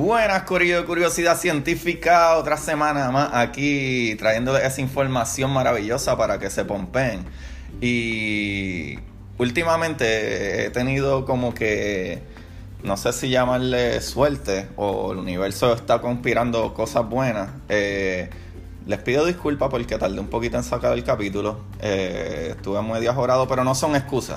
Buenas, corillo de Curiosidad Científica, otra semana más aquí trayéndoles esa información maravillosa para que se pompeen. Y últimamente he tenido como que, no sé si llamarle suerte o el universo está conspirando cosas buenas. Les pido disculpas porque tardé un poquito en sacar el capítulo. Estuve medio ajorado, pero no son excusas.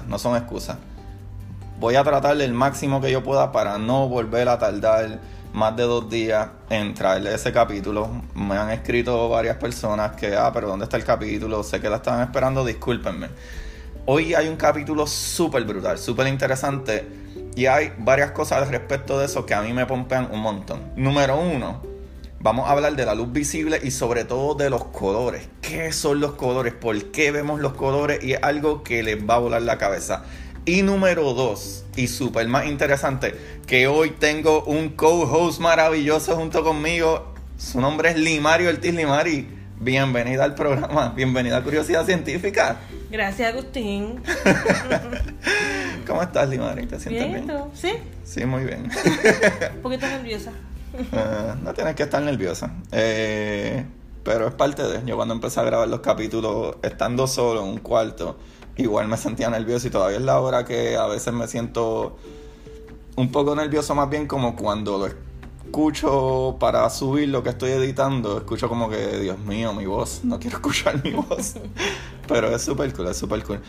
Voy a tratar el máximo que yo pueda para no volver a tardar más de 2 días en traerle ese capítulo. Me han escrito varias personas que, pero ¿dónde está el capítulo? Sé que la estaban esperando, discúlpenme. Hoy hay un capítulo súper brutal, súper interesante, y hay varias cosas al respecto de eso que a mí me pompean un montón. Número 1, vamos a hablar de la luz visible y sobre todo de los colores. ¿Qué son los colores? ¿Por qué vemos los colores? Y es algo que les va a volar la cabeza. Y número 2, y súper más interesante, que hoy tengo un co-host maravilloso junto conmigo. Su nombre es Limari Ortiz. Limari, bienvenida al programa, bienvenida a Curiosidad Científica. Gracias, Agustín. ¿Cómo estás, Limari? ¿Te sientes bien? ¿Tú? ¿Sí? Sí, muy bien. Un poquito nerviosa. No tienes que estar nerviosa. Pero es parte de... Yo cuando empecé a grabar los capítulos, estando solo en un cuarto, igual me sentía nervioso, y todavía es la hora que a veces me siento un poco nervioso, más bien como cuando lo escucho para subir lo que estoy editando. Escucho como que, Dios mío, mi voz, no quiero escuchar mi voz. Pero es súper cool, es súper cool.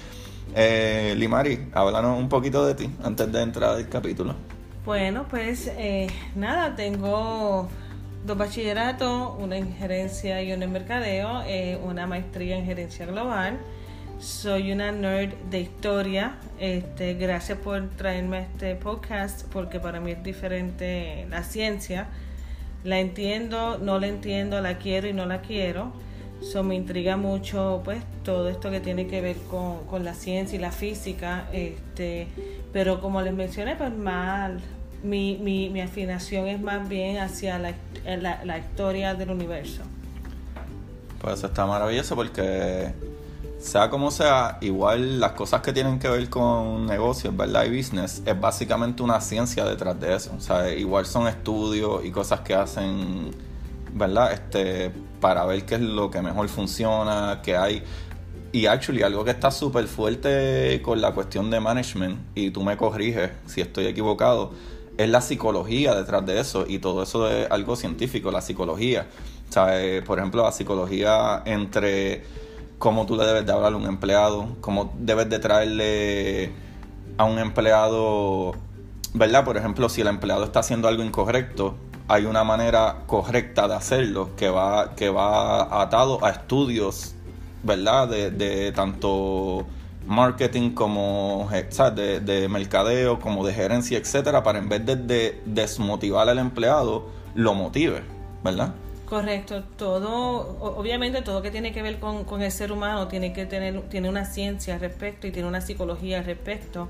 Limari, háblanos un poquito de ti antes de entrar al capítulo. Bueno, pues nada, tengo 2 bachilleratos, una en gerencia y una en mercadeo, una maestría en gerencia global. Soy una nerd de historia. Gracias por traerme a este podcast, porque para mí es diferente la ciencia. La entiendo, no la entiendo, la quiero y no la quiero. Me intriga mucho pues todo esto que tiene que ver con la ciencia y la física. Pero como les mencioné, pues más mi afinación es más bien hacia la historia del universo. Pues eso está maravilloso porque, sea como sea, igual las cosas que tienen que ver con negocios, ¿verdad? Y business, es básicamente una ciencia detrás de eso. O sea, igual son estudios y cosas que hacen, ¿verdad? Para ver qué es lo que mejor funciona, qué hay. Y actually, algo que está súper fuerte con la cuestión de management, y tú me corriges si estoy equivocado, es la psicología detrás de eso, y todo eso es algo científico, la psicología. O sea, por ejemplo, la psicología entre cómo tú le debes de hablar a un empleado, cómo debes de traerle a un empleado, ¿verdad? Por ejemplo, si el empleado está haciendo algo incorrecto, hay una manera correcta de hacerlo que va atado a estudios, ¿verdad? De tanto marketing como, ¿sabes? De mercadeo, como de gerencia, etcétera, para en vez de desmotivar al empleado, lo motive, ¿verdad? Correcto. Obviamente todo que tiene que ver con el ser humano tiene una ciencia al respecto y tiene una psicología al respecto,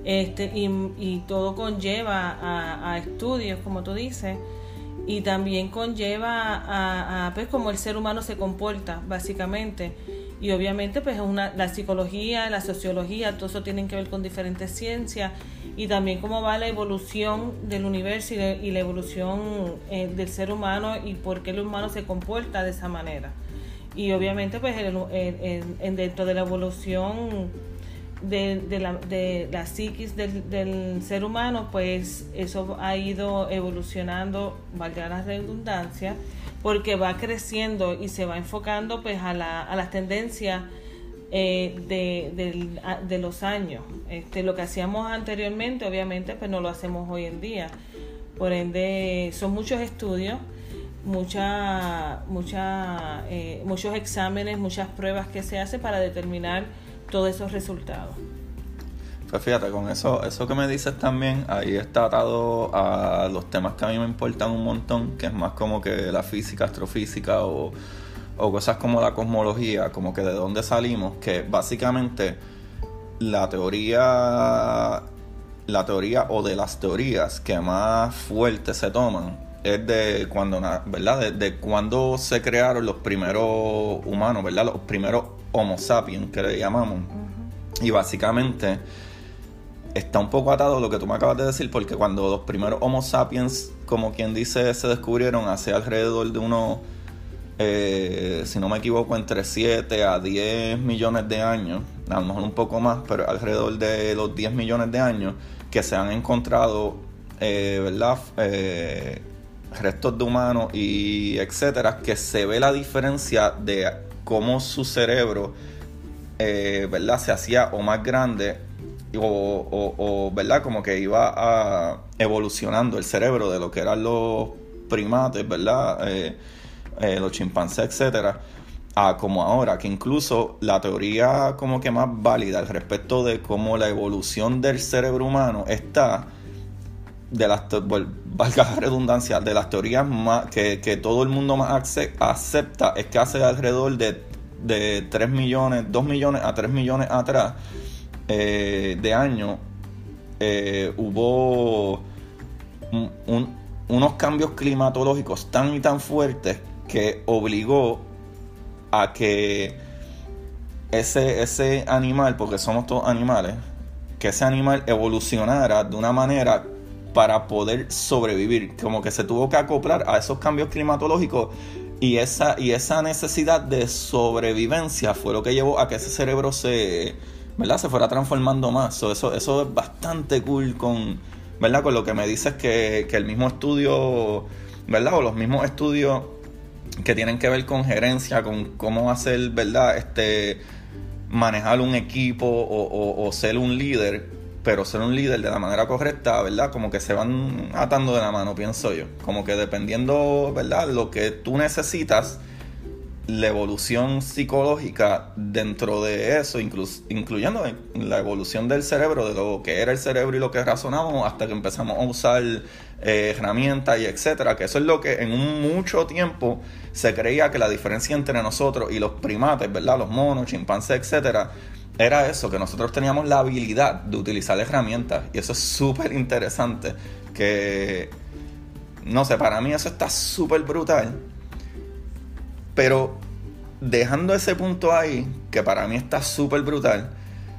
y todo conlleva a estudios, como tú dices, y también conlleva a pues como el ser humano se comporta básicamente. Y obviamente pues la psicología, la sociología, todo eso tienen que ver con diferentes ciencias, y también cómo va la evolución del universo y la evolución del ser humano, y por qué el humano se comporta de esa manera. Y obviamente pues dentro de la evolución de la psiquis del ser humano, pues eso ha ido evolucionando, valga la redundancia, porque va creciendo y se va enfocando pues a las tendencias de los años. Lo que hacíamos anteriormente, obviamente, pues no lo hacemos hoy en día. Por ende, son muchos estudios, muchos exámenes, muchas pruebas que se hacen para determinar todos esos resultados. Pues fíjate, con eso que me dices también, ahí está atado a los temas que a mí me importan un montón, que es más como que la física, astrofísica o cosas como la cosmología, como que de dónde salimos, que básicamente la teoría o de las teorías que más fuerte se toman es de cuando, ¿verdad? De cuando se crearon los primeros humanos, ¿verdad? Los primeros Homo sapiens que le llamamos. Uh-huh. Y básicamente está un poco atado a lo que tú me acabas de decir, porque cuando los primeros Homo sapiens, como quien dice, se descubrieron hace alrededor de unos, si no me equivoco, entre 7 a 10 millones de años, a lo mejor un poco más, pero alrededor de los 10 millones de años, que se han encontrado, ¿verdad? Restos de humanos y etcétera, que se ve la diferencia de cómo su cerebro, ¿verdad? Se hacía o más grande o ¿verdad? Como que iba evolucionando el cerebro de lo que eran los primates, ¿verdad? Los chimpancés, etcétera, a como ahora, que incluso la teoría como que más válida al respecto de cómo la evolución del cerebro humano está, de las, valga la redundancia, de las teorías más que todo el mundo más acepta, es que hace alrededor de 3 millones, 2 millones a 3 millones atrás de años, hubo unos cambios climatológicos tan y tan fuertes que obligó a que ese animal, porque somos todos animales, que ese animal evolucionara de una manera para poder sobrevivir, como que se tuvo que acoplar a esos cambios climatológicos, y esa necesidad de sobrevivencia fue lo que llevó a que ese cerebro ¿verdad? Se fuera transformando más. Eso es bastante cool ¿verdad? Con lo que me dices que el mismo estudio, ¿verdad? O los mismos estudios que tienen que ver con gerencia, con cómo hacer, ¿verdad? Manejar un equipo o ser un líder, pero ser un líder de la manera correcta, ¿verdad? Como que se van atando de la mano, pienso yo. Como que dependiendo, ¿verdad? Lo que tú necesitas, la evolución psicológica dentro de eso, incluyendo la evolución del cerebro, de lo que era el cerebro y lo que razonábamos, hasta que empezamos a usar herramientas y etcétera, que eso es lo que en mucho tiempo se creía que la diferencia entre nosotros y los primates, ¿verdad? Los monos, chimpancés, etcétera, era eso, que nosotros teníamos la habilidad de utilizar herramientas, y eso es súper interesante, que no sé, para mí eso está súper brutal. Pero dejando ese punto ahí, que para mí está súper brutal,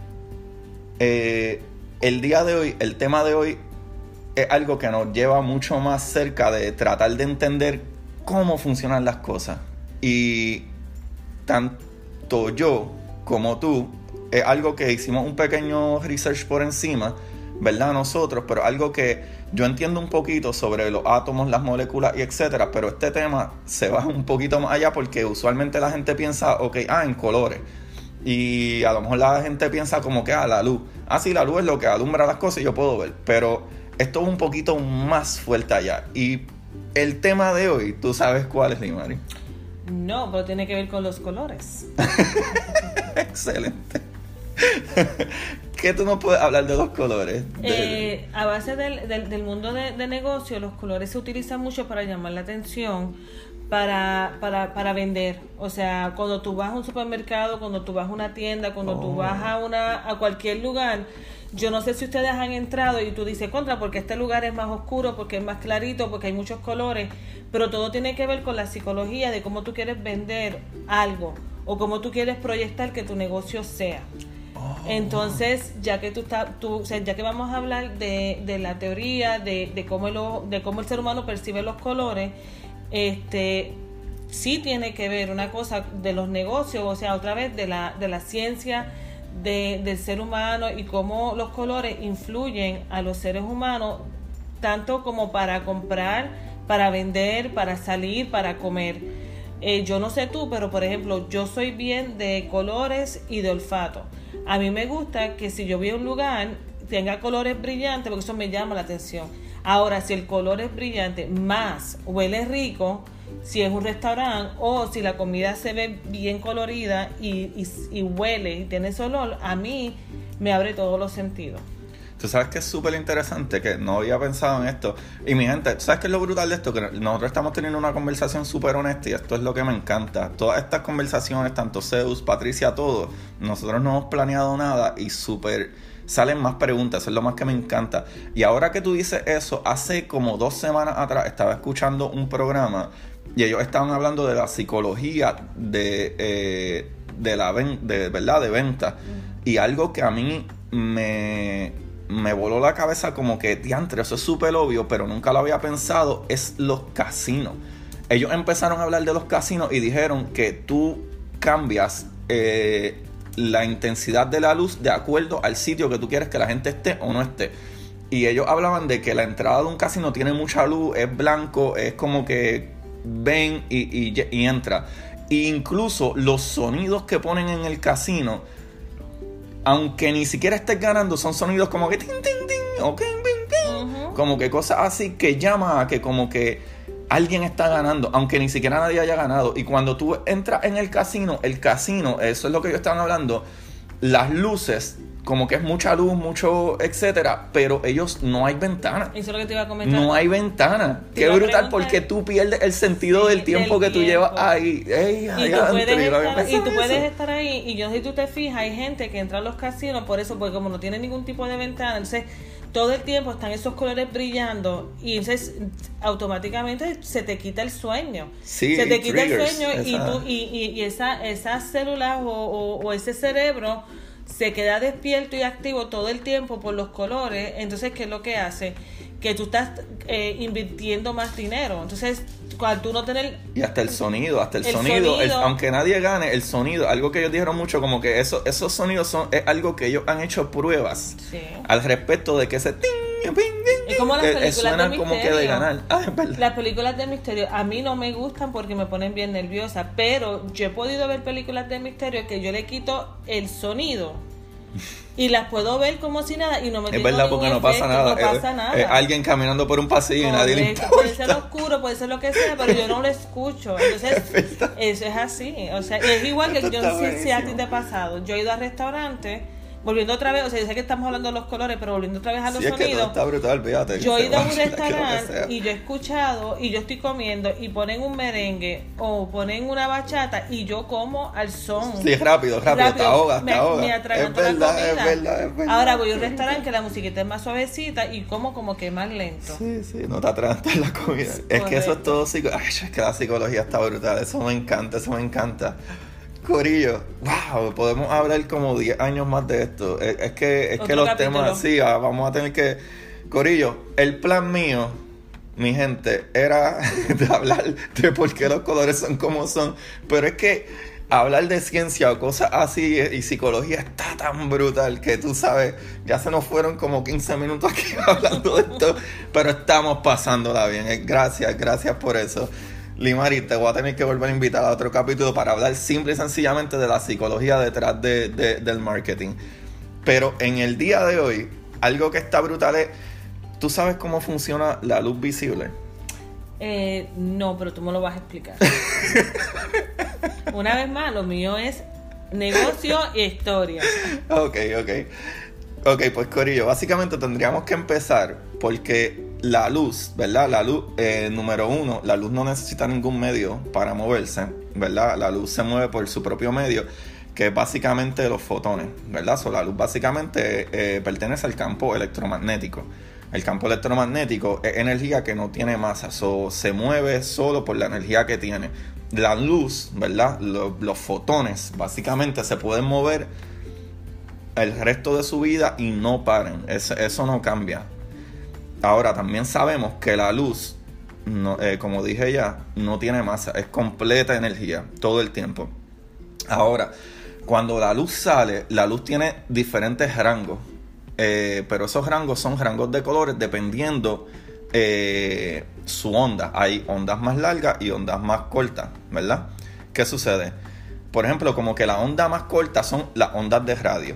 el día de hoy, el tema de hoy, es algo que nos lleva mucho más cerca de tratar de entender cómo funcionan las cosas. Y tanto yo como tú, es algo que hicimos un pequeño research por encima, ¿verdad? Nosotros, pero algo que yo entiendo un poquito sobre los átomos, las moléculas y etcétera, pero este tema se va un poquito más allá, porque usualmente la gente piensa, en colores, y a lo mejor la gente piensa como que la luz, sí, la luz es lo que alumbra las cosas y yo puedo ver, pero esto es un poquito más fuerte allá. Y el tema de hoy, ¿tú sabes cuál es, Limari? No, pero tiene que ver con los colores. Excelente. ¿Qué tú nos puedes hablar de los colores? A base del mundo de negocio, los colores se utilizan mucho para llamar la atención, para vender. O sea, cuando tú vas a un supermercado, cuando tú vas a una tienda, cuando tú vas a cualquier lugar, yo no sé si ustedes han entrado y tú dices, porque este lugar es más oscuro, porque es más clarito, porque hay muchos colores, pero todo tiene que ver con la psicología de cómo tú quieres vender algo o cómo tú quieres proyectar que tu negocio sea. Entonces, ya que ya que vamos a hablar de la teoría de cómo el ser humano percibe los colores, sí tiene que ver una cosa de los negocios, o sea, otra vez de la ciencia del ser humano, y cómo los colores influyen a los seres humanos, tanto como para comprar, para vender, para salir, para comer. Yo no sé tú, pero por ejemplo, yo soy bien de colores y de olfato. A mí me gusta que si yo voy a un lugar tenga colores brillantes, porque eso me llama la atención. Ahora, si el color es brillante, más huele rico, si es un restaurante, o si la comida se ve bien colorida y huele y tiene ese olor, a mí me abre todos los sentidos. Tú sabes que es súper interesante, que no había pensado en esto. Y mi gente, ¿sabes qué es lo brutal de esto? Que nosotros estamos teniendo una conversación súper honesta, y esto es lo que me encanta. Todas estas conversaciones, tanto Zeus, Patricia, todo, nosotros no hemos planeado nada, y salen más preguntas, eso es lo más que me encanta. Y ahora que tú dices eso, hace como 2 semanas atrás estaba escuchando un programa, y ellos estaban hablando de la psicología de venta. Y algo que a mí me voló la cabeza como que, diantre, eso es súper obvio, pero nunca lo había pensado, es los casinos. Ellos empezaron a hablar de los casinos y dijeron que tú cambias la intensidad de la luz de acuerdo al sitio que tú quieres que la gente esté o no esté. Y ellos hablaban de que la entrada de un casino tiene mucha luz, es blanco, es como que ven y entra. E incluso los sonidos que ponen en el casino, aunque ni siquiera estés ganando, son sonidos como que tin, tin, tin, o tin, tin, tin, como que cosas así que llama a que como que alguien está ganando, aunque ni siquiera nadie haya ganado. Y cuando tú entras en el casino, eso es lo que ellos estaban hablando, las luces, como que es mucha luz, mucho, etcétera, pero ellos no hay ventana. Eso es lo que te iba a comentar. No hay ventana. Qué brutal, porque tú pierdes el sentido del tiempo que tú llevas ahí. Y tú puedes estar ahí, y yo, si tú te fijas, hay gente que entra a los casinos por eso, porque como no tiene ningún tipo de ventana, entonces todo el tiempo están esos colores brillando y entonces automáticamente se te quita el sueño. Sí, se te quita el sueño y esas células o ese cerebro se queda despierto y activo todo el tiempo por los colores. Entonces, ¿qué es lo que hace? Que tú estás invirtiendo más dinero. Entonces, cuando tú no tenés... Y hasta el sonido, aunque nadie gane, el sonido, algo que ellos dijeron mucho, como que esos sonidos es algo que ellos han hecho pruebas al respecto de que ese... Es como las películas suena de como misterio. Que de ganar. Es verdad. Las películas de misterio a mí no me gustan porque me ponen bien nerviosa, pero yo he podido ver películas de misterio que yo le quito el sonido y las puedo ver como si nada y no me es verdad, porque no pasa nada. No pasa nada. Alguien caminando por un pasillo y nadie le importa. Puede ser oscuro, puede ser lo que sea, pero yo no lo escucho. Entonces, eso es así. O sea, es igual que yo no sé si a ti te ha pasado. Yo he ido a restaurantes, volviendo otra vez, o sea, yo sé que estamos hablando de los colores, pero volviendo otra vez a los sonidos. Es que todo está brutal, fíjate. Yo he ido a un restaurante y yo he escuchado y yo estoy comiendo y ponen un merengue o ponen una bachata y yo como al son. Sí, rápido, te ahogas. Me atraganto la comida. Es verdad. Ahora voy a un restaurante que la musiquita es más suavecita y como que más lento. Sí, no te atragantas la comida. Es que eso es todo es que la psicología está brutal, eso me encanta. Corillo, wow, podemos hablar como 10 años más de esto. Es que los temas, sí, vamos a tener que... Corillo, el plan mío, mi gente, era de hablar de por qué los colores son como son. Pero es que hablar de ciencia o cosas así y psicología está tan brutal que tú sabes, ya se nos fueron como 15 minutos aquí hablando de esto, pero estamos pasándola bien. Gracias por eso. Limari, te voy a tener que volver a invitar a otro capítulo para hablar simple y sencillamente de la psicología detrás del marketing. Pero en el día de hoy, algo que está brutal es, ¿tú sabes cómo funciona la luz visible? No, pero tú me lo vas a explicar. Una vez más, lo mío es negocio e historia. Ok, pues Corillo, básicamente tendríamos que empezar porque la luz, ¿verdad? La luz, número uno, la luz no necesita ningún medio para moverse, ¿verdad? La luz se mueve por su propio medio, que es básicamente los fotones, ¿verdad? La luz básicamente pertenece al campo electromagnético. El campo electromagnético es energía que no tiene masa, se mueve solo por la energía que tiene. La luz, ¿verdad? Los fotones básicamente se pueden mover el resto de su vida y no paran. Eso no cambia. Ahora, también sabemos que la luz, como dije ya, no tiene masa, es completa energía todo el tiempo. Ahora, cuando la luz sale, la luz tiene diferentes rangos, pero esos rangos son rangos de colores dependiendo su onda. Hay ondas más largas y ondas más cortas, ¿verdad? ¿Qué sucede? Por ejemplo, como que la onda más corta son las ondas de radio.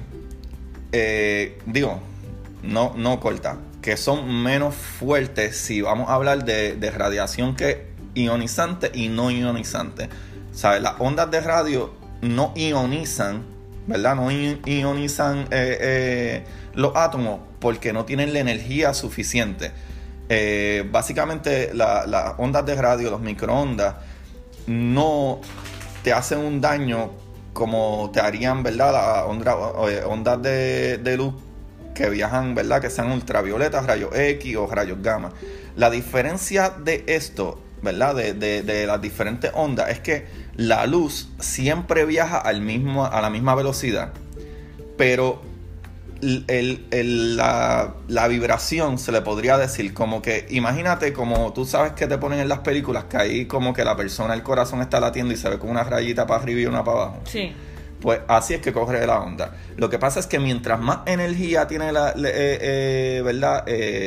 No corta, que son menos fuertes si vamos a hablar de radiación que es ionizante y no ionizante. ¿Sabes? Las ondas de radio no ionizan, ¿verdad? No ionizan los átomos porque no tienen la energía suficiente. Básicamente las ondas de radio, los microondas, no te hacen un daño como te harían, ¿verdad? Las ondas de luz que viajan, ¿verdad? Que sean ultravioletas, rayos X o rayos gamma. La diferencia de esto, ¿verdad? De las diferentes ondas es que la luz siempre viaja a la misma velocidad, pero la vibración se le podría decir como que, imagínate como tú sabes que te ponen en las películas que ahí como que la persona, el corazón está latiendo y se ve con una rayita para arriba y una para abajo. Sí. Pues así es que corre la onda. Lo que pasa es que mientras más energía tiene ¿verdad?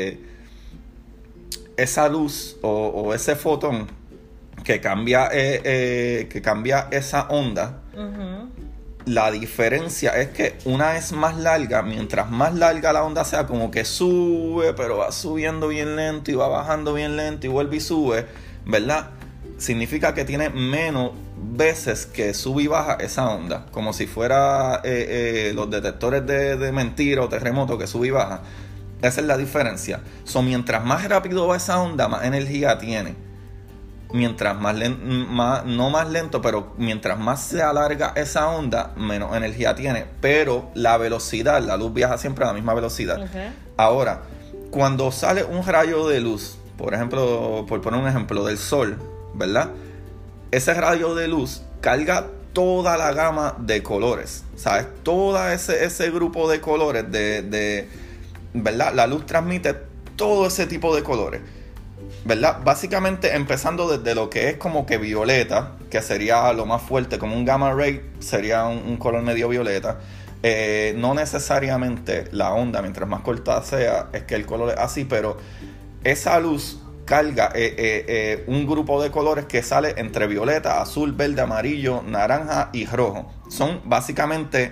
Esa luz o ese fotón que cambia esa onda, Uh-huh. la diferencia es que una es más larga. Mientras más larga la onda sea, como que sube, pero va subiendo bien lento y va bajando bien lento y vuelve y sube, ¿verdad? Significa que tiene menos veces que sube y baja esa onda, como si fuera los detectores de mentira o terremoto que sube y baja. Esa es la diferencia. Mientras más rápido va esa onda, más energía tiene. Mientras no más lento, pero mientras más se alarga esa onda, menos energía tiene. Pero la velocidad, la luz viaja siempre a la misma velocidad. Okay. Ahora, cuando sale un rayo de luz, por ejemplo, por poner un ejemplo, del sol, ¿verdad? Ese rayo de luz carga toda la gama de colores, ¿sabes? Todo ese grupo de colores ¿verdad? La luz transmite todo ese tipo de colores, ¿verdad? Básicamente empezando desde lo que es como que violeta, que sería lo más fuerte, como un gamma ray, sería un color medio violeta. No necesariamente la onda, mientras más corta sea, es que el color es así, pero esa luz carga un grupo de colores que sale entre violeta, azul, verde, amarillo, naranja y rojo. Son básicamente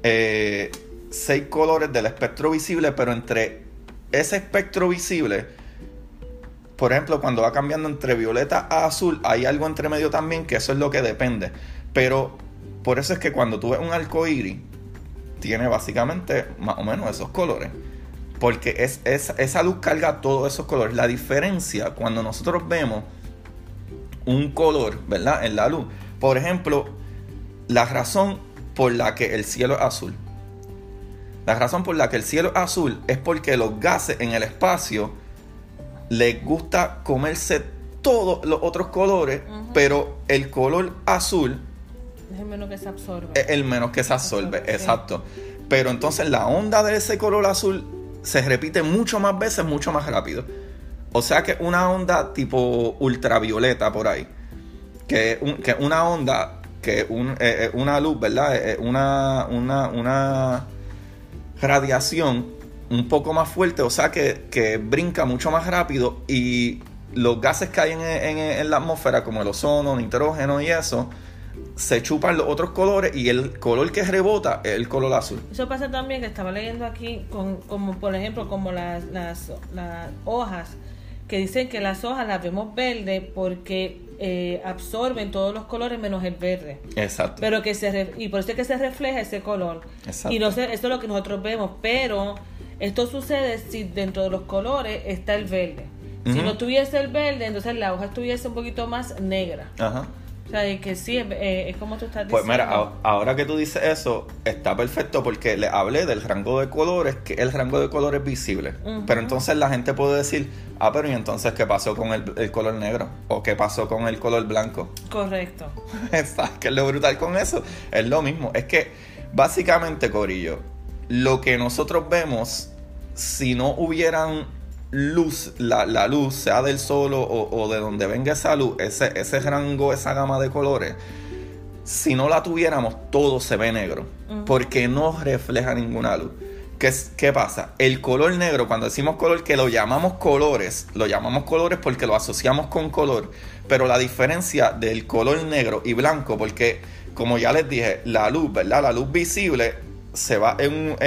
6 colores del espectro visible, pero entre ese espectro visible, por ejemplo, cuando va cambiando entre violeta a azul, hay algo entre medio también, que eso es lo que depende. Pero por eso es que cuando tú ves un arcoíris, tiene básicamente más o menos esos colores, porque esa luz carga todos esos colores. La diferencia cuando nosotros vemos un color, ¿verdad? En la luz, por ejemplo, la razón por la que el cielo es azul. La razón por la que el cielo es azul es porque los gases en el espacio les gusta comerse todos los otros colores, uh-huh. Pero el color azul es el menos que se absorbe. Es el menos que se absorbe, exacto. Sí. Pero entonces la onda de ese color azul se repite mucho más veces, mucho más rápido. O sea que una onda tipo ultravioleta por ahí, que una onda, una luz, ¿verdad? Una radiación un poco más fuerte, o sea que brinca mucho más rápido, y los gases que hay en la atmósfera, como el ozono, nitrógeno y eso, se chupan los otros colores, y el color que rebota es el color azul. Eso pasa también, que estaba leyendo aquí, como por ejemplo, como las hojas, que dicen que las hojas las vemos verdes porque absorben todos los colores menos el verde. Exacto. Pero y por eso es que se refleja ese color. Exacto. Y no sé, eso es lo que nosotros vemos, pero esto sucede si dentro de los colores está el verde. Uh-huh. Si no tuviese el verde, entonces la hoja estuviese un poquito más negra. Ajá. O sea, que sí, es como tú estás diciendo. Pues mira, ahora que tú dices eso, está perfecto, porque le hablé del rango de colores, que el rango de colores visible. Uh-huh. Pero entonces la gente puede decir, pero ¿y entonces qué pasó con el color negro? ¿O qué pasó con el color blanco? Correcto. ¿Sabes qué es lo brutal con eso? Es lo mismo. Es que, básicamente, corillo, lo que nosotros vemos, si no hubieran luz, la luz, sea del sol o de donde venga esa luz, ese rango, esa gama de colores, si no la tuviéramos, todo se ve negro, uh-huh. Porque no refleja ninguna luz. ¿Qué pasa? El color negro, cuando decimos color, que lo llamamos colores porque lo asociamos con color, pero la diferencia del color negro y blanco, porque como ya les dije, la luz, ¿verdad? La luz visible se va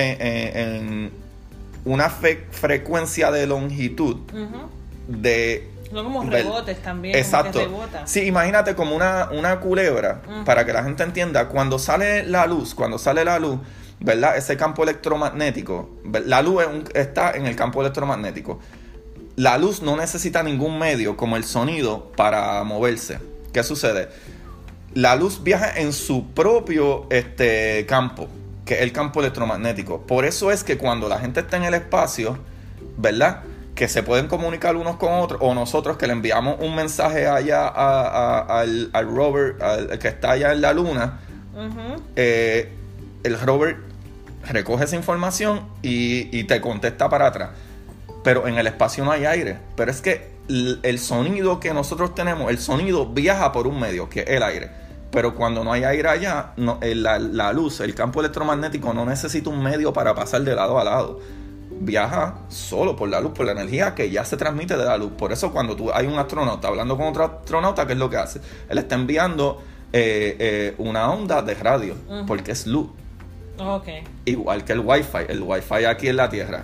en una frecuencia de longitud, uh-huh. Son como rebotes también. Exacto. Como que rebota. Sí, imagínate como una culebra, uh-huh. Para que la gente entienda, cuando sale la luz, ¿verdad? Ese campo electromagnético, la luz está en el campo electromagnético. La luz no necesita ningún medio como el sonido para moverse. ¿Qué sucede? La luz viaja en su propio campo, que es el campo electromagnético. Por eso es que cuando la gente está en el espacio, ¿verdad? Que se pueden comunicar unos con otros, o nosotros que le enviamos un mensaje allá al rover, al que está allá en la luna, uh-huh. El rover recoge esa información y te contesta para atrás. Pero en el espacio no hay aire. Pero es que el sonido que nosotros tenemos, el sonido viaja por un medio, que es el aire. Pero cuando no hay aire allá, la luz, el campo electromagnético no necesita un medio para pasar de lado a lado. Viaja solo por la luz, por la energía que ya se transmite de la luz. Por eso cuando hay un astronauta hablando con otro astronauta, ¿qué es lo que hace? Él está enviando una onda de radio, porque es luz. Okay. Igual que el Wi-Fi aquí en la Tierra.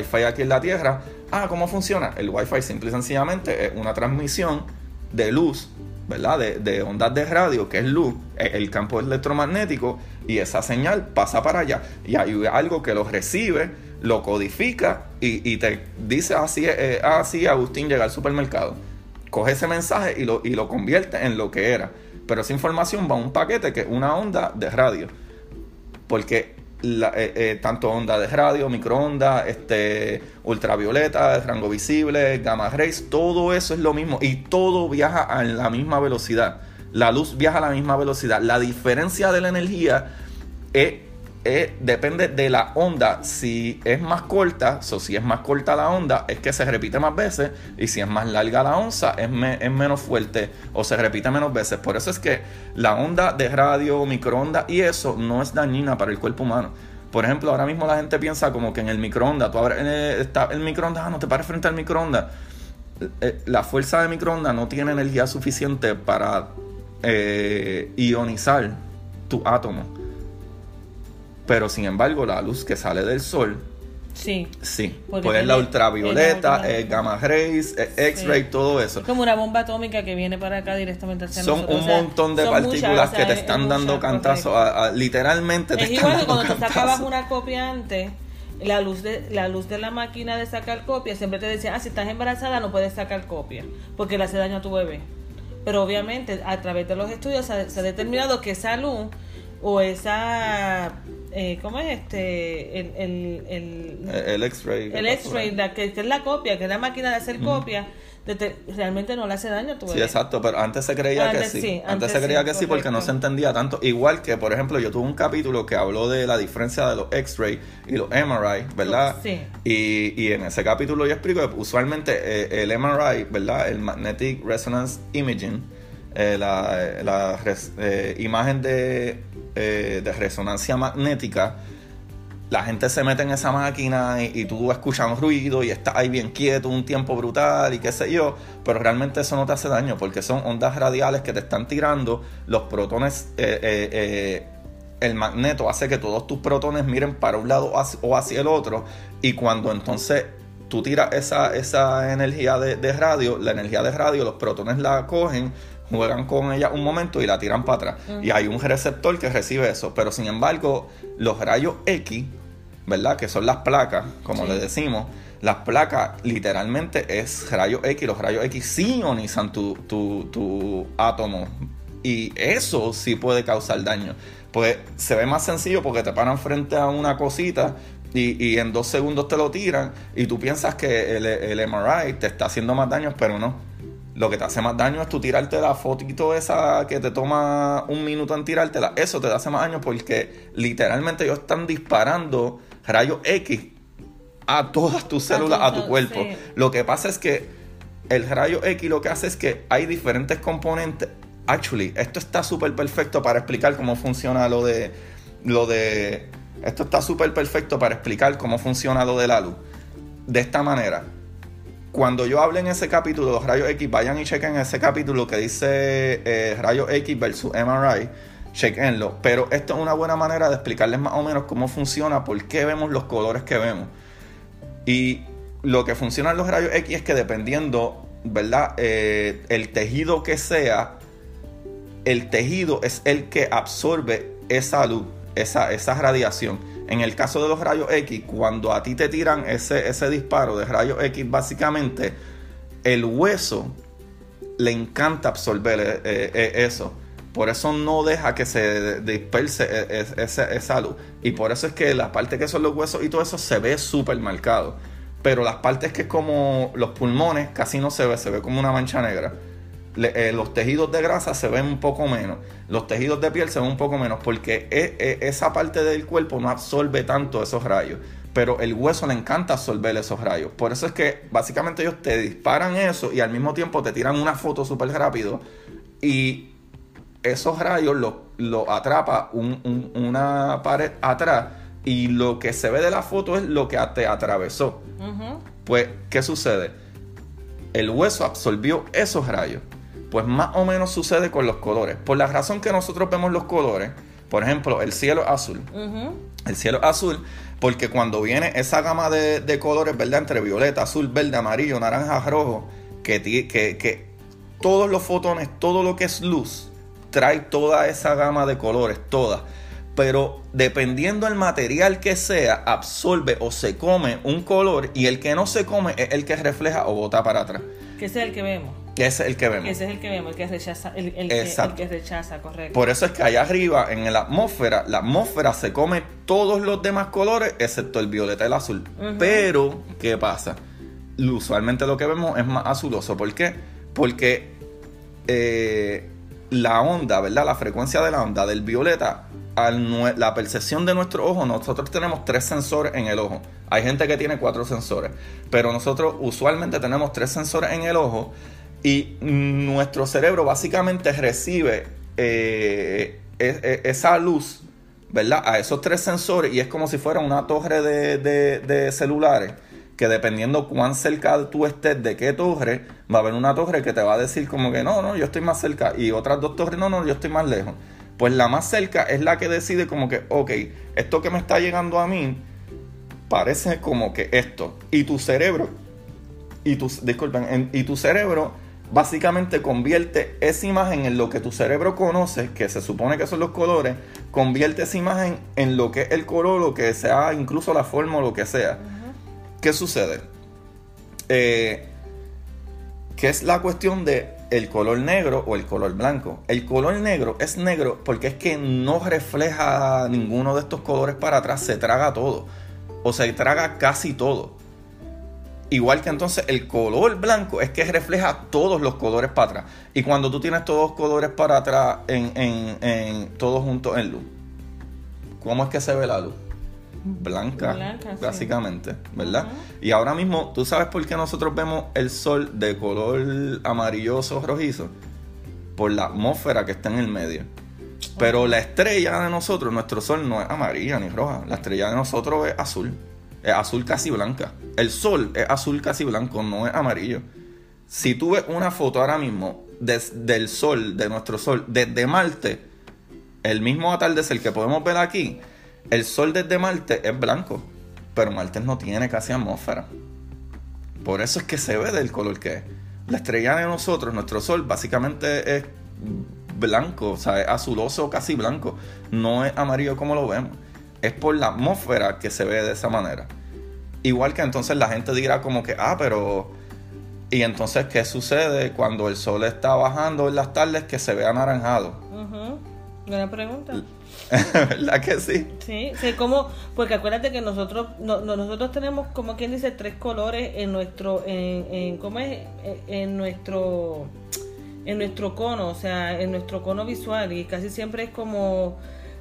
¿Cómo funciona? El Wi-Fi simple y sencillamente es una transmisión de luz, ¿verdad? De ondas de radio, que es luz, el campo electromagnético, y esa señal pasa para allá. Y hay algo que lo recibe, lo codifica y te dice así, Agustín llega al supermercado. Coge ese mensaje y lo convierte en lo que era. Pero esa información va a un paquete que es una onda de radio. Porque tanto onda de radio, microondas, ultravioleta, rango visible, gamma rays, todo eso es lo mismo y todo viaja a la misma velocidad. La luz viaja a la misma velocidad. La diferencia de la energía depende de la onda. Si es más corta, si es más corta la onda, es que se repite más veces, y si es más larga la onda, es menos fuerte o se repite menos veces. Por eso es que la onda de radio, microondas y eso no es dañina para el cuerpo humano. Por ejemplo, ahora mismo la gente piensa como que en el microondas, tú abres el microondas, no te pares frente al microondas. La fuerza de microondas no tiene energía suficiente para ionizar tu átomo. Pero sin embargo, la luz que sale del sol, sí, pues es la ultravioleta, gamma rays, X-ray, todo eso. Es como una bomba atómica que viene para acá directamente hacia nosotros. Son un montón de partículas que te están dando cantazos, literalmente te están dando cantazos. Es igual que cuando tú sacabas una copia antes, la luz de la máquina de sacar copia siempre te decía, si estás embarazada no puedes sacar copia, porque le hace daño a tu bebé. Pero obviamente, a través de los estudios se ha determinado que esa luz o esa ¿cómo es el X-ray? El X-ray, que es la copia, que es la máquina de hacer copia, realmente no le hace daño a tu bebé. Sí, exacto, pero antes se creía que sí. Antes se creía que sí, porque no se entendía tanto. Igual que, por ejemplo, yo tuve un capítulo que habló de la diferencia de los X-ray y los MRI, ¿verdad? Sí. Y en ese capítulo yo explico que usualmente el MRI, ¿verdad? El Magnetic Resonance Imaging, la imagen de resonancia magnética, la gente se mete en esa máquina y tú escuchas un ruido y estás ahí bien quieto un tiempo brutal y qué sé yo, pero realmente eso no te hace daño porque son ondas radiales que te están tirando los protones. El magneto hace que todos tus protones miren para un lado o hacia el otro, y cuando entonces tú tiras esa energía de radio, la energía de radio, los protones la cogen, juegan con ella un momento y la tiran para atrás. Y hay un receptor que recibe eso. Pero sin embargo, los rayos X, ¿verdad? Que son las placas, como le decimos. Las placas literalmente es rayos X. Los rayos X sí ionizan tu átomo. Y eso sí puede causar daño. Pues se ve más sencillo porque te paran frente a una cosita y en 2 segundos te lo tiran. Y tú piensas que el MRI te está haciendo más daño, pero no. Lo que te hace más daño es tú tirarte la fotito esa que te toma 1 minuto en tirártela. Eso te hace más daño porque literalmente ellos están disparando rayos X a todas tus células, a tu cuerpo. Sí. Lo que pasa es que el rayo X lo que hace es que hay diferentes componentes. Actually, esto está súper perfecto para explicar cómo funciona lo de... Esto está súper perfecto para explicar cómo funciona lo de la luz. De esta manera. Cuando yo hable en ese capítulo de los rayos X, vayan y chequen ese capítulo que dice rayos X versus MRI, chequenlo. Pero esto es una buena manera de explicarles más o menos cómo funciona, por qué vemos los colores que vemos. Y lo que funciona en los rayos X es que dependiendo, ¿verdad? El tejido que sea, el tejido es el que absorbe esa luz, esa radiación. En el caso de los rayos X, cuando a ti te tiran ese disparo de rayos X, básicamente el hueso le encanta absorber eso. Por eso no deja que se disperse esa luz. Y por eso es que la parte que son los huesos y todo eso se ve súper marcado. Pero las partes que es como los pulmones casi no se ve como una mancha negra. los tejidos de grasa se ven un poco menos, los tejidos de piel se ven un poco menos, porque esa parte del cuerpo no absorbe tanto esos rayos, pero el hueso le encanta absorber esos rayos. Por eso es que básicamente ellos te disparan eso y al mismo tiempo te tiran una foto súper rápido y esos rayos lo atrapa una pared atrás y lo que se ve de la foto es lo que te atravesó. Uh-huh. Pues, ¿qué sucede? El hueso absorbió esos rayos. Pues más o menos sucede con los colores. Por la razón que nosotros vemos los colores, por ejemplo, el cielo azul. Uh-huh. El cielo azul, porque cuando viene esa gama de colores, ¿verdad? Entre violeta, azul, verde, amarillo, naranja, rojo, que todos los fotones, todo lo que es luz, trae toda esa gama de colores, todas. Pero dependiendo del material que sea, absorbe o se come un color y el que no se come es el que refleja o bota para atrás. Que ese es el que vemos. Ese es el que vemos. Ese es el que vemos, el que rechaza, el que rechaza, correcto. Por eso es que allá arriba, en la atmósfera se come todos los demás colores, excepto el violeta y el azul. Uh-huh. Pero, ¿qué pasa? Usualmente lo que vemos es más azuloso. ¿Por qué? Porque la onda, ¿verdad? La frecuencia de la onda del violeta, la percepción de nuestro ojo, nosotros tenemos 3 sensores en el ojo. Hay gente que tiene 4 sensores, pero nosotros usualmente tenemos 3 sensores en el ojo y nuestro cerebro básicamente recibe esa luz, ¿verdad? A esos 3 sensores y es como si fuera una torre de celulares, que dependiendo cuán cerca tú estés de qué torre, va a haber una torre que te va a decir como que no, yo estoy más cerca, y otras 2 torres, no, yo estoy más lejos. Pues la más cerca es la que decide como que, ok, esto que me está llegando a mí parece como que esto. Y tu cerebro, y tu cerebro básicamente convierte esa imagen en lo que tu cerebro conoce, que se supone que son los colores, convierte esa imagen en lo que es el color, lo que sea, incluso la forma o lo que sea. Uh-huh. ¿Qué sucede? Que es la cuestión de el color negro o el color blanco. El color negro es negro porque es que no refleja ninguno de estos colores para atrás, se traga todo, o se traga casi todo. Igual que entonces el color blanco es que refleja todos los colores para atrás. Y cuando tú tienes todos los colores para atrás en todos juntos en luz, ¿cómo es que se ve la luz? Blanca, básicamente, sí. ¿Verdad? Uh-huh. Y ahora mismo, ¿tú sabes por qué nosotros vemos el sol de color amarilloso rojizo? Por la atmósfera que está en el medio. Pero la estrella de nosotros, nuestro sol, no es amarilla ni roja. La estrella de nosotros es azul casi blanca. El sol es azul casi blanco, no es amarillo. Si tú ves una foto ahora mismo del sol, de nuestro sol, desde Marte, el mismo atardecer que podemos ver aquí, el sol desde Marte es blanco, pero Marte no tiene casi atmósfera. Por eso es que se ve del color que es. La estrella de nosotros, nuestro sol, básicamente es blanco, o sea, es azuloso, casi blanco. No es amarillo como lo vemos. Es por la atmósfera que se ve de esa manera. Igual que entonces la gente dirá como que, pero... Y entonces, ¿qué sucede cuando el sol está bajando en las tardes que se ve anaranjado? Uh-huh. Buena pregunta. ¿Verdad que sí? Sí, como, porque acuérdate que nosotros tenemos, como quien dice, 3 colores en nuestro, ¿cómo es? En nuestro cono, o sea, en nuestro cono visual, y casi siempre es como,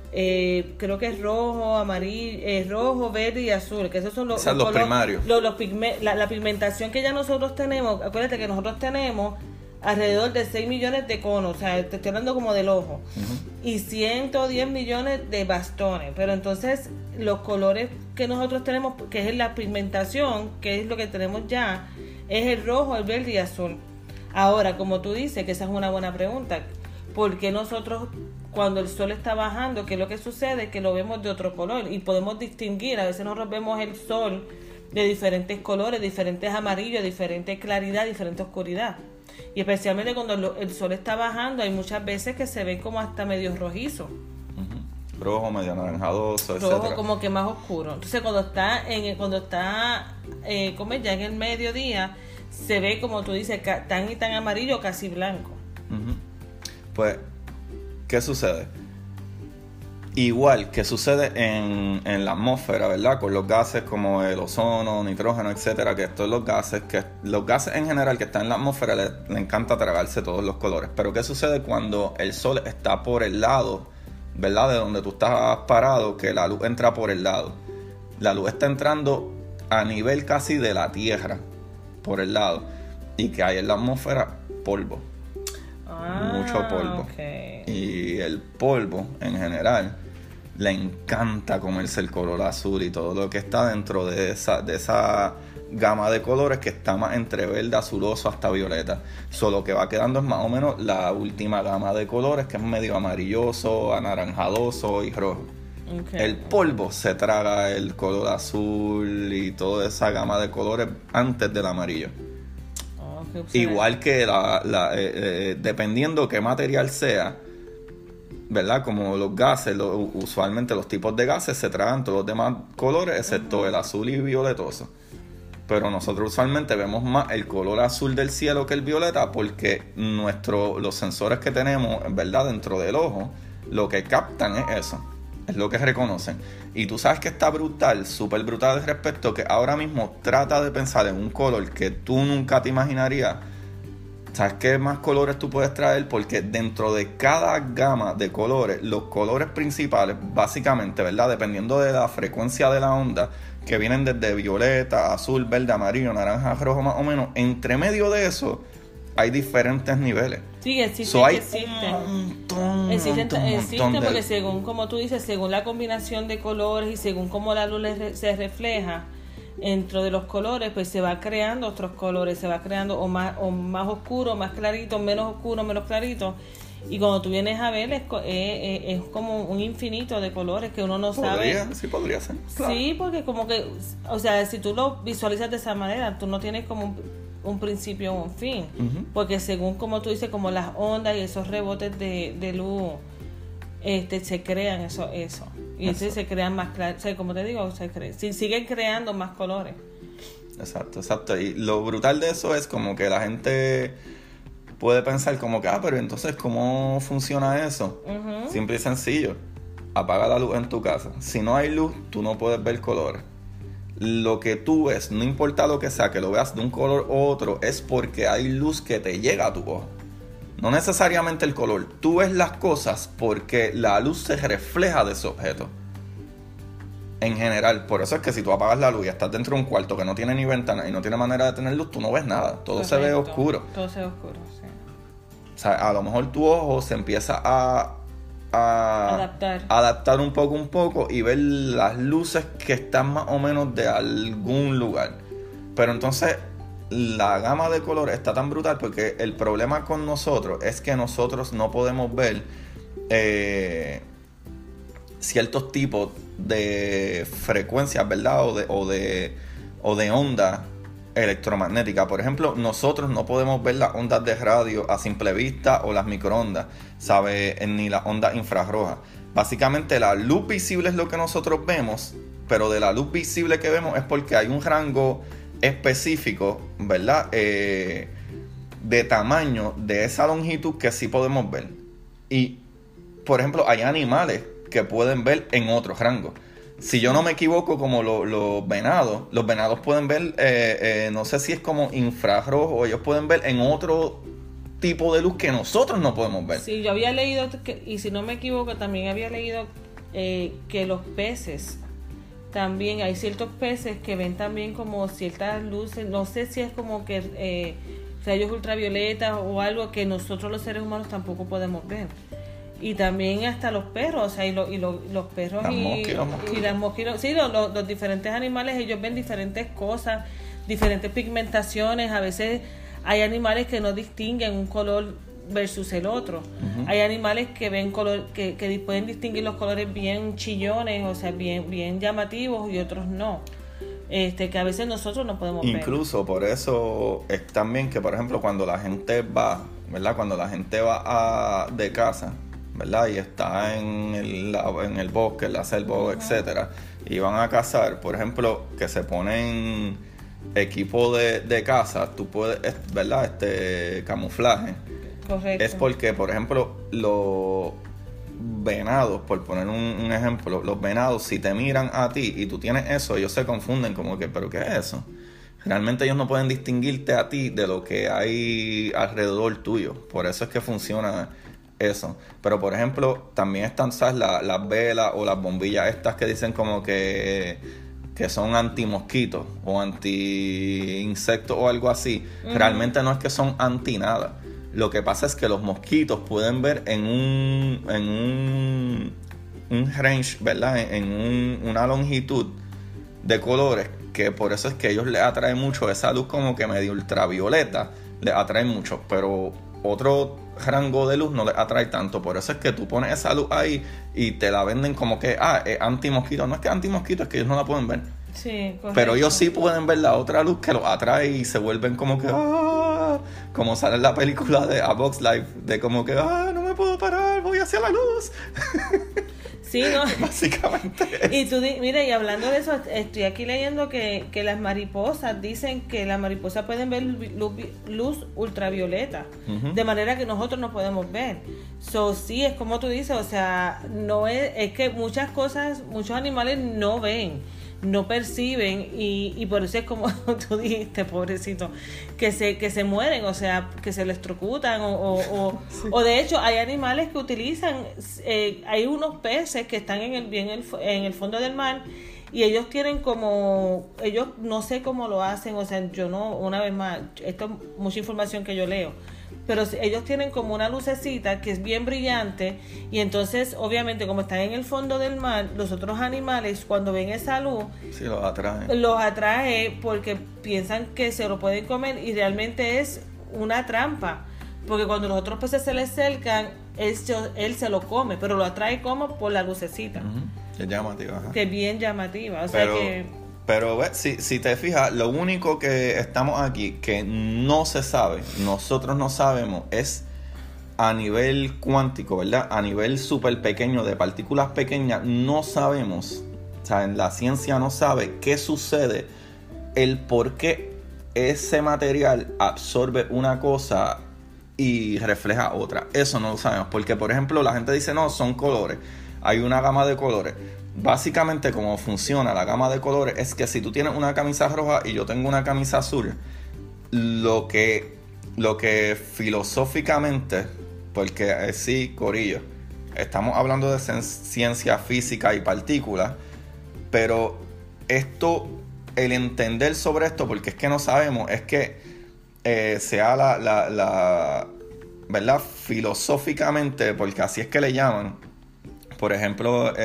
creo que es rojo, amarillo, rojo, verde y azul, que esos son los primarios. La pigmentación que ya nosotros tenemos. Acuérdate que nosotros tenemos alrededor de 6 millones de conos, o sea, te estoy hablando como del ojo, uh-huh, y 110 millones de bastones. Pero entonces los colores que nosotros tenemos, que es la pigmentación, que es lo que tenemos ya, es el rojo, el verde y azul. Ahora, como tú dices, que esa es una buena pregunta, ¿por qué nosotros cuando el sol está bajando, qué es lo que sucede? Que lo vemos de otro color y podemos distinguir. A veces nosotros vemos el sol de diferentes colores, diferentes amarillos, diferente claridad, diferente oscuridad. Y especialmente cuando el sol está bajando, hay muchas veces que se ve como hasta medio rojizo. Uh-huh. Rojo, medio anaranjadoso, rojo, etcétera. Como que más oscuro. Entonces cuando está como ya en el mediodía, se ve, como tú dices, tan y tan amarillo, casi blanco. Uh-huh. Pues, ¿qué sucede? Igual que sucede en la atmósfera, ¿verdad? Con los gases como el ozono, nitrógeno, etcétera, que estos los gases en general que están en la atmósfera le encanta tragarse todos los colores. Pero ¿qué sucede cuando el sol está por el lado, ¿verdad? De donde tú estás parado, que la luz entra por el lado. La luz está entrando a nivel casi de la Tierra, por el lado. Y que hay en la atmósfera polvo. Mucho polvo. Okay. Y el polvo, en general, le encanta comerse el color azul y todo lo que está dentro de esa gama de colores que está más entre verde, azuloso hasta violeta. Solo que va quedando es más o menos la última gama de colores, que es medio amarilloso, anaranjadoso y rojo. Okay. El polvo se traga el color azul y toda esa gama de colores antes del amarillo. Igual que dependiendo qué material sea, ¿verdad? Como los gases, usualmente los tipos de gases se tragan todos los demás colores excepto el azul y violetoso. Pero nosotros usualmente vemos más el color azul del cielo que el violeta porque los sensores que tenemos, ¿verdad? Dentro del ojo, lo que captan es eso. Es lo que reconocen. Y tú sabes que está brutal, súper brutal al respecto, que ahora mismo trata de pensar en un color que tú nunca te imaginarías. ¿Sabes qué más colores tú puedes traer? Porque dentro de cada gama de colores, los colores principales, básicamente, ¿verdad? Dependiendo de la frecuencia de la onda, que vienen desde violeta, azul, verde, amarillo, naranja, rojo, más o menos, entre medio de eso hay diferentes niveles. Sí, existen. Existen porque según, como tú dices, según la combinación de colores y según cómo la luz se refleja dentro de los colores, pues se va creando otros colores, se va creando o más oscuro, más clarito, menos oscuro, menos clarito. Y cuando tú vienes a ver, es como un infinito de colores que uno no sabe. Sí, podría ser. Claro. Sí, porque como que, o sea, si tú lo visualizas de esa manera, tú no tienes como un principio o un fin. Uh-huh. Porque según, como tú dices, como las ondas y esos rebotes de luz, se crean eso. Y entonces se crean más claros. O sea, como te digo, siguen creando más colores. Exacto. Y lo brutal de eso es como que la gente puede pensar como que, pero entonces, ¿cómo funciona eso? Uh-huh. Simple y sencillo. Apaga la luz en tu casa. Si no hay luz, tú no puedes ver colores. Lo que tú ves, no importa lo que sea, que lo veas de un color u otro, es porque hay luz que te llega a tu ojo. No necesariamente el color. Tú ves las cosas porque la luz se refleja de ese objeto. En general, por eso es que si tú apagas la luz y estás dentro de un cuarto que no tiene ni ventana y no tiene manera de tener luz, tú no ves nada. Todo Correcto. Se ve oscuro. Todo se ve oscuro, sí. O sea, a lo mejor tu ojo se empieza a adaptar un poco y ver las luces que están más o menos de algún lugar. Pero entonces la gama de colores está tan brutal porque el problema con nosotros es que nosotros no podemos ver ciertos tipos de frecuencias, ¿verdad? O de onda electromagnética. Por ejemplo, nosotros no podemos ver las ondas de radio a simple vista o las microondas, ¿sabe? Ni las ondas infrarrojas. Básicamente la luz visible es lo que nosotros vemos, pero de la luz visible que vemos es porque hay un rango específico, ¿verdad? De tamaño de esa longitud que sí podemos ver. Y, por ejemplo, hay animales que pueden ver en otros rangos. Si yo no me equivoco, como los venados pueden ver, no sé si es como infrarrojo, ellos pueden ver en otro tipo de luz que nosotros no podemos ver. Sí, yo había leído, y si no me equivoco, también había leído que los peces, también hay ciertos peces que ven también como ciertas luces, no sé si es como que rayos ultravioletas o algo que nosotros los seres humanos tampoco podemos ver. Y también hasta los perros, o sea, los perros y las mosquitos, sí, los diferentes animales, ellos ven diferentes cosas, diferentes pigmentaciones. A veces hay animales que no distinguen un color versus el otro. Uh-huh. Hay animales que ven color, que pueden distinguir los colores bien chillones, o sea, bien llamativos, y otros no. Que a veces nosotros no podemos ver. Incluso por eso es también que, por ejemplo, cuando la gente va, ¿verdad? Cuando la gente va de casa, ¿verdad? Y está en el bosque, en la selva, uh-huh, etcétera, y van a cazar, por ejemplo, que se ponen equipo de caza, tú puedes, ¿verdad? Camuflaje. Correcto. Es porque, por ejemplo, venados, por poner un ejemplo, los venados, si te miran a ti y tú tienes eso, ellos se confunden como que, ¿pero qué es eso? Realmente ellos no pueden distinguirte a ti de lo que hay alrededor tuyo. Por eso es que funciona eso. Pero, por ejemplo, también están, ¿sabes? Las velas o las bombillas estas que dicen como que son anti-mosquitos o anti-insectos o algo así. Realmente no es que son anti nada. Lo que pasa es que los mosquitos pueden ver en un range, ¿verdad? Una longitud de colores, que por eso es que ellos les atrae mucho esa luz como que medio ultravioleta, les atrae mucho, pero otro rango de luz no les atrae tanto. Por eso es que tú pones esa luz ahí y te la venden como que es anti-mosquito. No es que es anti-mosquito, es que ellos no la pueden ver. Sí, correcto. Pero ellos sí pueden ver la otra luz que los atrae y se vuelven como que como sale en la película de A Bug's Life, de como que no me puedo parar, voy hacia la luz. Sí, ¿no? Básicamente. Y tú, mira, y hablando de eso, estoy aquí leyendo que las mariposas dicen que las mariposas pueden ver luz ultravioleta, de manera que nosotros no podemos ver. Sí, es como tú dices, o sea, no es que muchas cosas, muchos animales no ven, no perciben, y por eso es como tú dijiste, pobrecito, que se mueren, o sea, que se electrocutan sí. O de hecho hay animales que utilizan, hay unos peces que están en el fondo del mar, y ellos tienen ellos no sé cómo lo hacen, o sea, yo no, una vez más, esto es mucha información que yo leo, pero ellos tienen como una lucecita que es bien brillante, y entonces obviamente como están en el fondo del mar, los otros animales cuando ven esa luz, sí, los atrae porque piensan que se lo pueden comer, y realmente es una trampa, porque cuando los otros peces se le acercan, él se lo come, pero lo atrae como por la lucecita. Que es llamativa, ajá. Que es bien llamativa, o sea que... Pero si te fijas, lo único que estamos aquí que no se sabe, nosotros no sabemos, es a nivel cuántico, ¿verdad? A nivel súper pequeño, de partículas pequeñas, no sabemos, o sea, la ciencia no sabe qué sucede, el por qué ese material absorbe una cosa y refleja otra. Eso no lo sabemos, porque por ejemplo la gente dice, no, son colores, hay una gama de colores. Básicamente como funciona la gama de colores es que si tú tienes una camisa roja y yo tengo una camisa azul, lo que filosóficamente, porque sí, corillo, estamos hablando de ciencia física y partículas, pero esto, el entender sobre esto, porque es que no sabemos, es que sea la ¿verdad? Filosóficamente, porque así es que le llaman. Por ejemplo,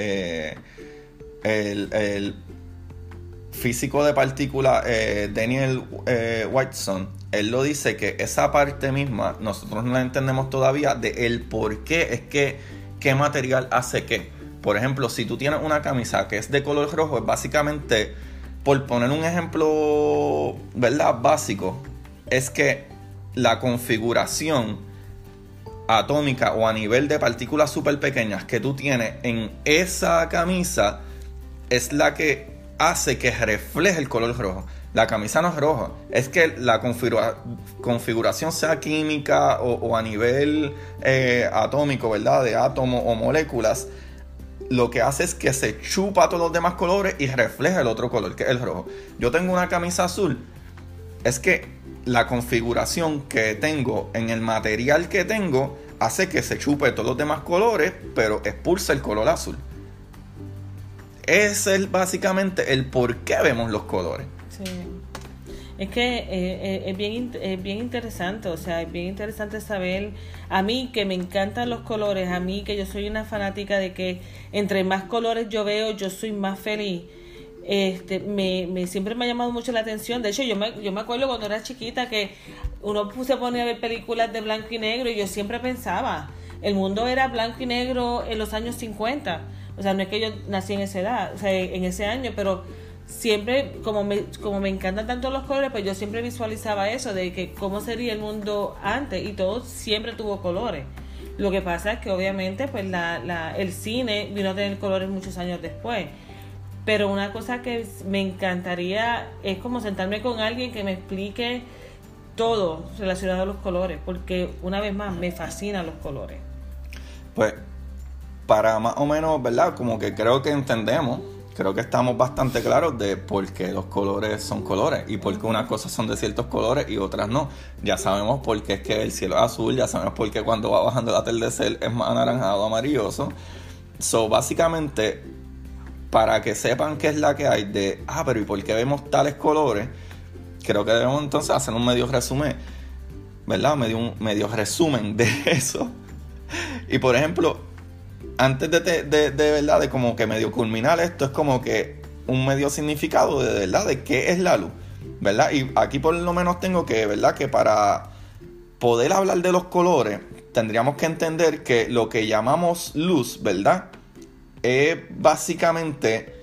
el físico de partículas Daniel Whiteson, él lo dice que esa parte misma nosotros no la entendemos todavía de el por qué es que qué material hace qué. Por ejemplo, si tú tienes una camisa que es de color rojo, es básicamente, por poner un ejemplo, ¿verdad? Básico, es que la configuración atómica o a nivel de partículas súper pequeñas que tú tienes en esa camisa es la que hace que refleje el color rojo. La camisa no es roja, es que la configuración sea química o a nivel atómico, ¿verdad? De átomos o moléculas, lo que hace es que se chupa todos los demás colores y refleja el otro color, que es el rojo. Yo tengo una camisa azul, es que la configuración que tengo en el material que tengo hace que se chupe todos los demás colores, pero expulsa el color azul. Ese es básicamente el por qué vemos los colores. Sí. Es que es bien interesante, o sea, es bien interesante saber, a mí que me encantan los colores, a mí que yo soy una fanática de que entre más colores yo veo, yo soy más feliz. Siempre me ha llamado mucho la atención. De hecho, yo me acuerdo cuando era chiquita que uno se ponía a ver películas de blanco y negro, y yo siempre pensaba, el mundo era blanco y negro en los años 50. O sea, no es que yo nací en esa edad, o sea, en ese año, pero siempre, como me encantan tanto los colores, pues yo siempre visualizaba eso, de que cómo sería el mundo antes, y todo siempre tuvo colores. Lo que pasa es que obviamente pues el cine vino a tener colores muchos años después. Pero una cosa que me encantaría es como sentarme con alguien que me explique todo relacionado a los colores, porque una vez más me fascinan los colores. Pues para más o menos, ¿verdad? Como que creo que entendemos, creo que estamos bastante claros de por qué los colores son colores y por qué unas cosas son de ciertos colores y otras no. Ya sabemos por qué es que el cielo es azul, ya sabemos por qué cuando va bajando el atardecer es más anaranjado, amarilloso. So, básicamente, para que sepan qué es la que hay de, pero ¿y por qué vemos tales colores? Creo que debemos entonces hacer un medio resumen, ¿verdad? Medio resumen de eso. Y por ejemplo, antes de verdad, de como que medio culminar esto, es como que un medio significado de verdad de qué es la luz, ¿verdad? Y aquí por lo menos tengo que, ¿verdad? Que para poder hablar de los colores, tendríamos que entender que lo que llamamos luz, ¿verdad? Es básicamente,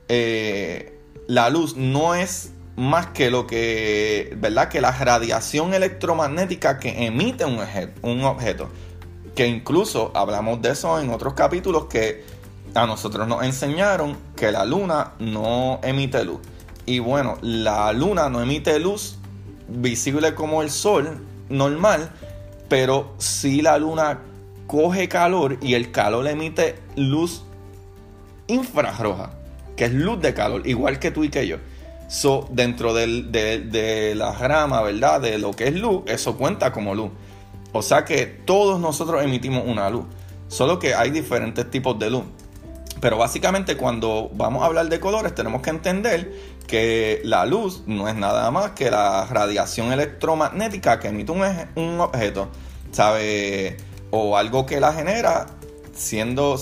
la luz no es más que lo que, ¿verdad? Que la radiación electromagnética que emite un objeto. Que incluso hablamos de eso en otros capítulos, que a nosotros nos enseñaron que la luna no emite luz. Y bueno, la luna no emite luz visible como el sol normal, pero sí la luna coge calor y el calor emite luz infrarroja, que es luz de calor, igual que tú y que yo. So, dentro de la rama, ¿verdad? De lo que es luz, eso cuenta como luz. O sea que todos nosotros emitimos una luz, solo que hay diferentes tipos de luz. Pero básicamente cuando vamos a hablar de colores tenemos que entender que la luz no es nada más que la radiación electromagnética que emite un objeto, ¿sabe? O algo que la genera, siendo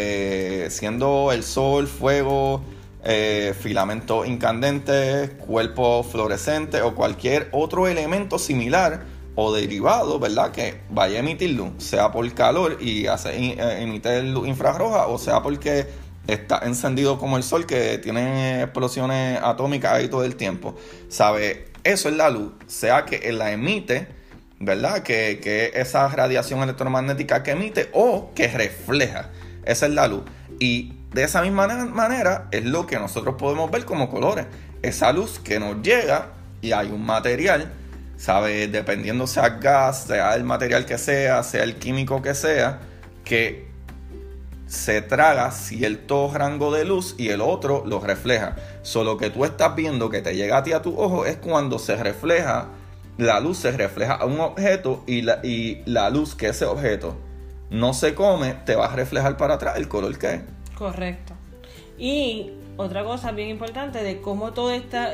el sol, fuego, filamentos incandentes, cuerpos fluorescentes o cualquier otro elemento similar o derivado, ¿verdad? Que vaya a emitir luz, sea por calor y emite luz infrarroja, o sea porque está encendido como el sol, que tiene explosiones atómicas ahí todo el tiempo, ¿sabe? Eso es la luz, sea que la emite, ¿verdad? Que esa radiación electromagnética que emite o que refleja, esa es la luz. Y de esa misma manera es lo que nosotros podemos ver como colores, esa luz que nos llega y hay un material, ¿sabe? Dependiendo sea gas, sea el material que sea el químico que sea, que se traga cierto rango de luz y el otro lo refleja. Solo que tú estás viendo que te llega a ti a tu ojo es cuando se refleja, la luz se refleja a un objeto y la luz que ese objeto no se come, te va a reflejar para atrás el color que es. Correcto. Y otra cosa bien importante de cómo toda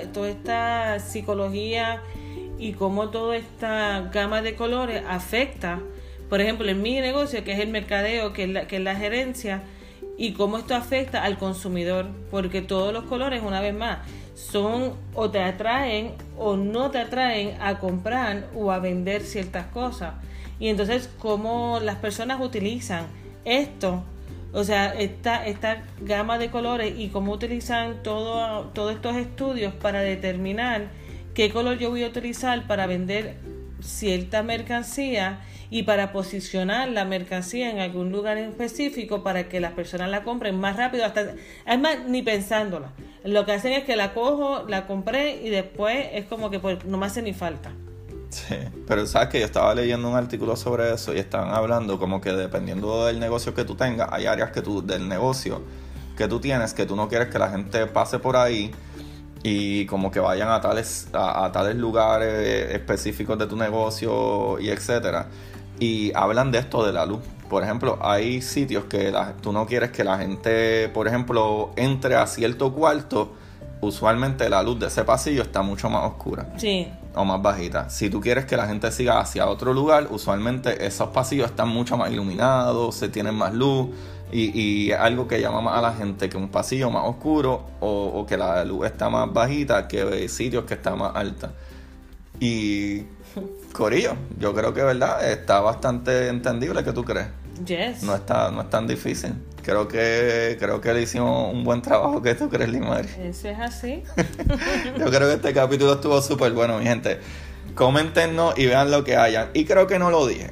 esta psicología y cómo toda esta gama de colores afecta, por ejemplo, en mi negocio, que es el mercadeo, que es la gerencia, y cómo esto afecta al consumidor, porque todos los colores, una vez más, son o te atraen o no te atraen a comprar o a vender ciertas cosas. Y entonces, cómo las personas utilizan esto, o sea, esta gama de colores, y cómo utilizan todos estos estudios para determinar qué color yo voy a utilizar para vender cierta mercancía y para posicionar la mercancía en algún lugar en específico para que las personas la compren más rápido, es más, ni pensándola. Lo que hacen es que la cojo, la compré y después es como que pues, no me hace ni falta. Sí, pero sabes que yo estaba leyendo un artículo sobre eso y estaban hablando como que dependiendo del negocio que tú tengas, hay áreas del negocio que tú tienes que tú no quieres que la gente pase por ahí y como que vayan a tales lugares específicos de tu negocio y etcétera. Y hablan de esto de la luz. Por ejemplo, hay sitios que tú no quieres que la gente, por ejemplo, entre a cierto cuarto. Usualmente la luz de ese pasillo está mucho más oscura. Sí. O más bajita. Si tú quieres que la gente siga hacia otro lugar, usualmente esos pasillos están mucho más iluminados, se tienen más luz. Y algo que llama más a la gente que un pasillo más oscuro o que la luz está más bajita que sitios que están más alta. Y corillo, yo creo que verdad está bastante entendible. ¿Qué tú crees? Yes. No es tan difícil. Creo que le hicimos un buen trabajo. ¿Qué tú crees, Limari? Eso es así. Yo creo que este capítulo estuvo súper bueno, mi gente. Coméntenos y vean lo que hayan. Y creo que no lo dije.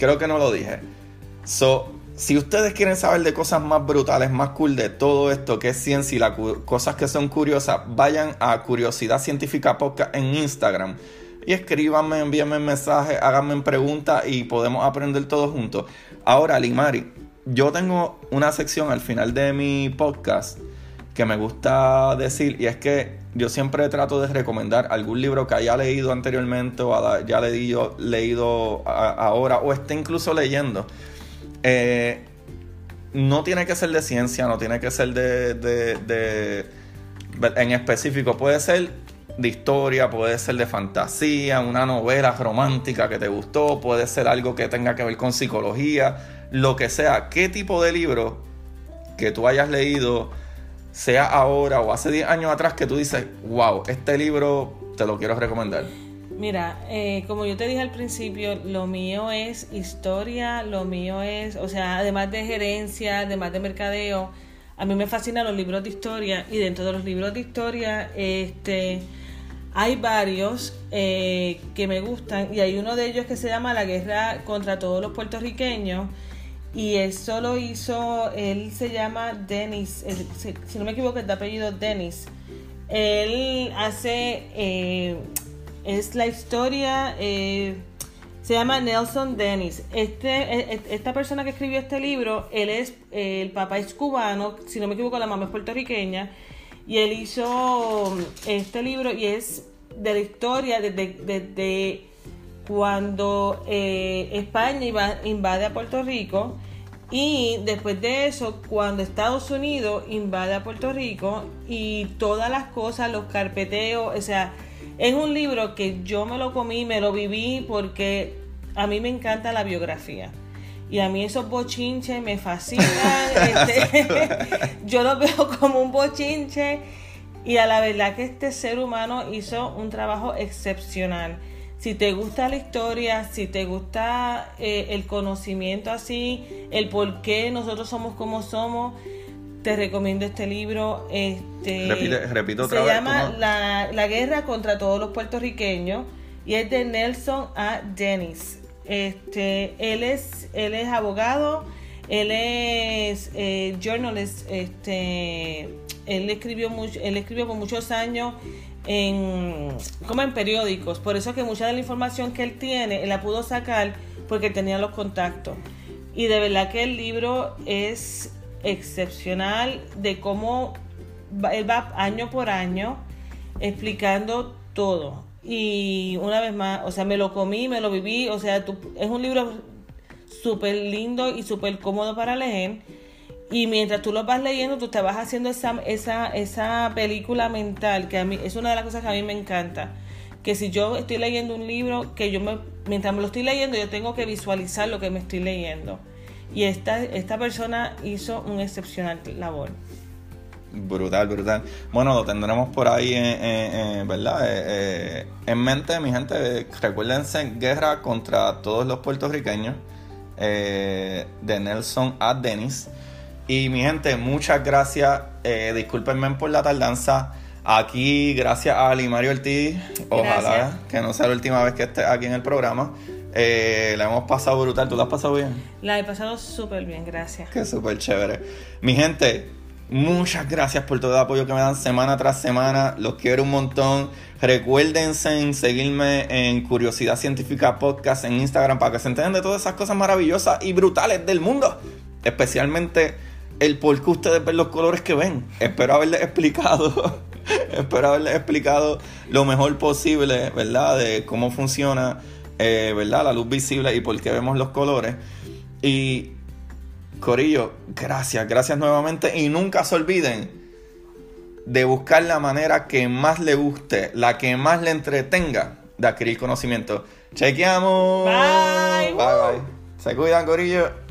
Si ustedes quieren saber de cosas más brutales, más cool de todo esto que es ciencia y las cosas que son curiosas, vayan a Curiosidad Científica Podcast en Instagram y escríbanme, envíenme mensajes, háganme preguntas y podemos aprender todos juntos. Ahora, Limari, yo tengo una sección al final de mi podcast que me gusta decir, y es que yo siempre trato de recomendar algún libro que haya leído anteriormente o ya leído ahora o esté incluso leyendo. No tiene que ser de ciencia, no tiene que ser en específico, puede ser de historia, puede ser de fantasía, una novela romántica que te gustó, puede ser algo que tenga que ver con psicología, lo que sea. ¿Qué tipo de libro que tú hayas leído, sea ahora o hace 10 años atrás, que tú dices, wow, este libro te lo quiero recomendar? Mira, como yo te dije al principio, lo mío es historia, lo mío es, o sea, además de gerencia, además de mercadeo, a mí me fascinan los libros de historia, y dentro de los libros de historia hay varios que me gustan, y hay uno de ellos que se llama La guerra contra todos los puertorriqueños, y eso lo hizo, él se llama Dennis, si no me equivoco es de apellido Dennis. Él hace, es la historia, se llama Nelson Dennis. Esta persona que escribió este libro, el papá es cubano, si no me equivoco la mamá es puertorriqueña, y él hizo este libro, y es de la historia desde cuando España invade a Puerto Rico, y después de eso cuando Estados Unidos invade a Puerto Rico, y todas las cosas, los carpeteos, o sea, es un libro que yo me lo comí, me lo viví, porque a mí me encanta la biografía. Y a mí esos bochinches me fascinan. Yo los veo como un bochinche. Y a la verdad que este ser humano hizo un trabajo excepcional. Si te gusta la historia, si te gusta el conocimiento así, el por qué nosotros somos como somos, te recomiendo este libro. Repito otra vez. Se llama la guerra contra todos los puertorriqueños, y es de Nelson A. Dennis. Él es abogado, él es journalist, él escribió por muchos años como en periódicos, por eso que mucha de la información que él tiene, él la pudo sacar porque tenía los contactos, y de verdad que el libro es excepcional de cómo él va año por año explicando todo. Y una vez más, o sea, me lo comí, me lo viví, o sea, es un libro súper lindo y súper cómodo para leer, y mientras tú lo vas leyendo, tú te vas haciendo esa película mental, que a mí es una de las cosas que a mí me encanta, que si yo estoy leyendo un libro, que mientras me lo estoy leyendo, yo tengo que visualizar lo que me estoy leyendo, y esta persona hizo un excepcional labor. Brutal. Bueno, lo tendremos por ahí, ¿verdad? En mente, mi gente. Recuérdense, Guerra contra todos los puertorriqueños, de Nelson A. Dennis. Y mi gente, muchas gracias. Discúlpenme por la tardanza. Aquí, gracias a Limario Ortiz. Ojalá que no sea la última vez que esté aquí en el programa. La hemos pasado brutal. ¿Tú la has pasado bien? La he pasado súper bien, gracias. Qué súper chévere. Mi gente, muchas gracias por todo el apoyo que me dan semana tras semana. Los quiero un montón. Recuérdense en seguirme en Curiosidad Científica Podcast en Instagram para que se enteren de todas esas cosas maravillosas y brutales del mundo. Especialmente el por qué ustedes ven los colores que ven. Espero haberles explicado lo mejor posible, ¿verdad? De cómo funciona, ¿verdad? La luz visible y por qué vemos los colores. Y corillo, gracias nuevamente, y nunca se olviden de buscar la manera que más le guste, la que más le entretenga de adquirir conocimiento. Chequeamos. Bye. Se cuidan, corillo.